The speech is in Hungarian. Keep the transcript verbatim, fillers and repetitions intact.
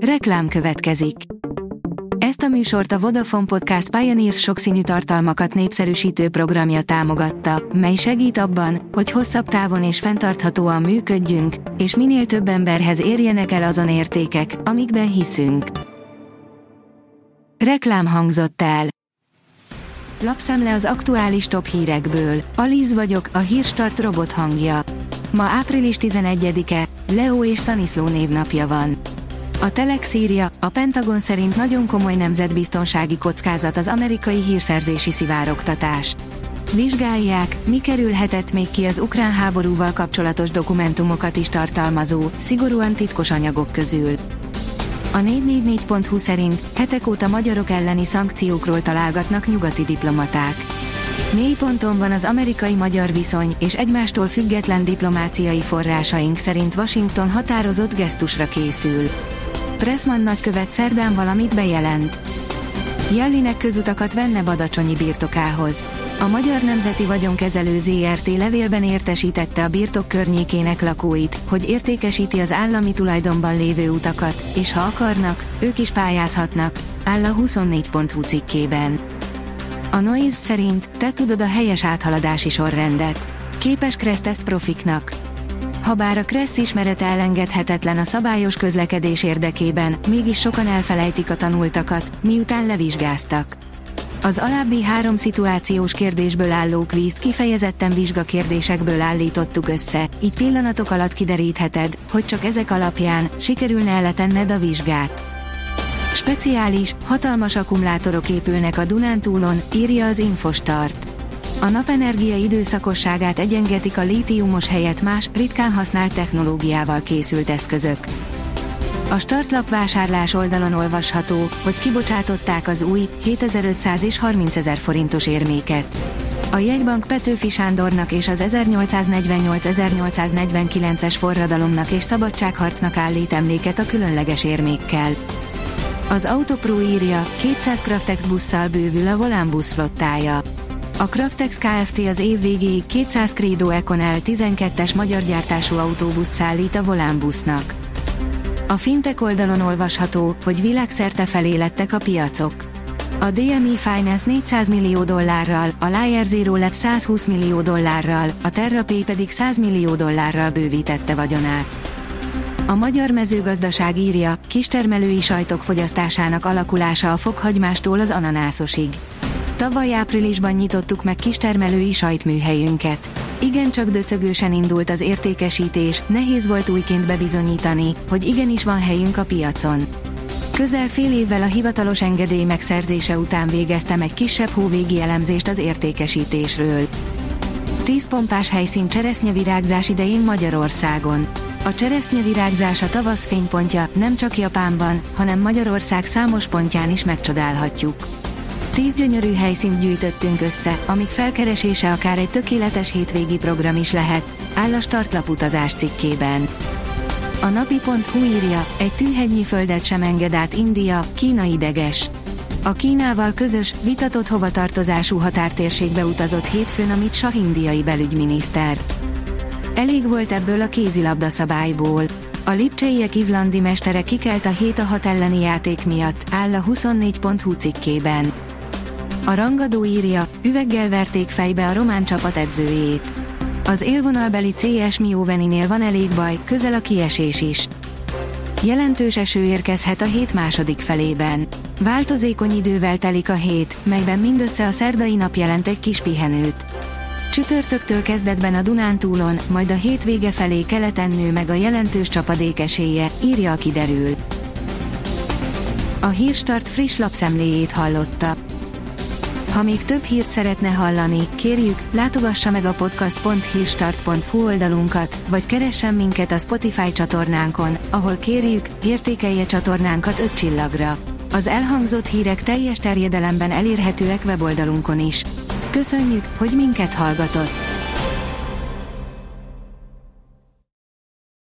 Reklám következik. Ezt a műsort a Vodafone Podcast Pioneers sokszínű tartalmakat népszerűsítő programja támogatta, mely segít abban, hogy hosszabb távon és fenntarthatóan működjünk, és minél több emberhez érjenek el azon értékek, amikben hiszünk. Reklám hangzott el. Lapszemle az aktuális top hírekből. Alíz vagyok, a Hírstart robot hangja. Ma április tizenegyedike, Leo és Szaniszló névnapja van. A Telex írja, a Pentagon szerint nagyon komoly nemzetbiztonsági kockázat az amerikai hírszerzési szivárogtatás. Vizsgálják, mi kerülhetett még ki az ukrán háborúval kapcsolatos dokumentumokat is tartalmazó, szigorúan titkos anyagok közül. A négy négy négy pont hu szerint hetek óta magyarok elleni szankciókról találgatnak nyugati diplomaták. Mélyponton van az amerikai-magyar viszony, és egymástól független diplomáciai forrásaink szerint Washington határozott gesztusra készül. Pressman nagykövet szerdán valamit bejelent. Jellinek közutakat venne Badacsonyi birtokához. A Magyar Nemzeti Vagyonkezelő zé er té levélben értesítette a birtok környékének lakóit, hogy értékesíti az állami tulajdonban lévő utakat, és ha akarnak, ők is pályázhatnak, áll a huszonnégy pont hu cikkében. A Noise szerint te tudod a helyes áthaladási sorrendet. Képes Kressz-teszt profiknak. Habár a Kressz ismerete elengedhetetlen a szabályos közlekedés érdekében, mégis sokan elfelejtik a tanultakat, miután levizsgáztak. Az alábbi három szituációs kérdésből álló kvízt kifejezetten vizsgakérdésekből állítottuk össze, így pillanatok alatt kiderítheted, hogy csak ezek alapján sikerülne letenned a vizsgát. Speciális, hatalmas akkumulátorok épülnek a Dunántúlon, írja az Infostart. A napenergia időszakosságát egyengetik a lítiumos helyett más, ritkán használt technológiával készült eszközök. A startlap vásárlás oldalon olvasható, hogy kibocsátották az új, hétezer-ötszáz és harmincezer forintos érméket. A jegybank Petőfi Sándornak és az ezernyolcszáznegyvennyolc-ezernyolcszáznegyvenkilences forradalomnak és szabadságharcnak állít emléket a különleges érmékkel. Az Autopro írja, kétszáz Craftex busszal bővül a Volán busz flottája. A Craftex Kft. Az év végéig kétszáz Credo Econ L tizenkettes magyar gyártású autóbuszt szállít a Volán busznak. A Fintech oldalon olvasható, hogy világszerte felélettek a piacok. A dé em i Finance négyszáz millió dollárral, a Layer Zero Lab százhúsz millió dollárral, a TerraPay pedig száz millió dollárral bővítette vagyonát. A Magyar Mezőgazdaság írja, kistermelői sajtok fogyasztásának alakulása a fokhagymástól az ananászosig. Tavaly áprilisban nyitottuk meg kistermelői sajtműhelyünket. Igencsak döcögősen indult az értékesítés, nehéz volt újként bebizonyítani, hogy igenis van helyünk a piacon. Közel fél évvel a hivatalos engedély megszerzése után végeztem egy kisebb hóvégi elemzést az értékesítésről. tíz pompás helyszín cseresznyevirágzás idején Magyarországon. A cseresznyevirágzás a tavasz fénypontja, nem csak Japánban, hanem Magyarország számos pontján is megcsodálhatjuk. Tíz gyönyörű helyszínt gyűjtöttünk össze, amik felkeresése akár egy tökéletes hétvégi program is lehet, áll a startlap utazás cikkében. A napi pont hu írja, egy tűhegynyi földet sem enged át India, Kína ideges. A Kínával közös, vitatott hovatartozású határtérségbe utazott hétfőn Amit Shah indiai belügyminiszter. Elég volt ebből a kézilabda szabályból. A lipcseiek izlandi mestere kikelt a hét a hat elleni játék miatt, áll a huszonnégy pont hu cikkében. A rangadó írja, üveggel verték fejbe a román csapat edzőjét. Az élvonalbeli cé es Mioveninél van elég baj, közel a kiesés is. Jelentős eső érkezhet a hét második felében. Változékony idővel telik a hét, melyben mindössze a szerdai nap jelent egy kis pihenőt. Csütörtöktől kezdetben a Dunántúlon, majd a hétvége felé keleten nő meg a jelentős csapadék esélye, írja a Kiderül. A Hírstart friss lapszemléjét hallotta. Ha még több hírt szeretne hallani, kérjük, látogassa meg a podcast pont hírstart pont hu oldalunkat, vagy keressen minket a Spotify csatornánkon, ahol kérjük, értékelje csatornánkat öt csillagra. Az elhangzott hírek teljes terjedelemben elérhetőek weboldalunkon is. Köszönjük, hogy minket hallgatott!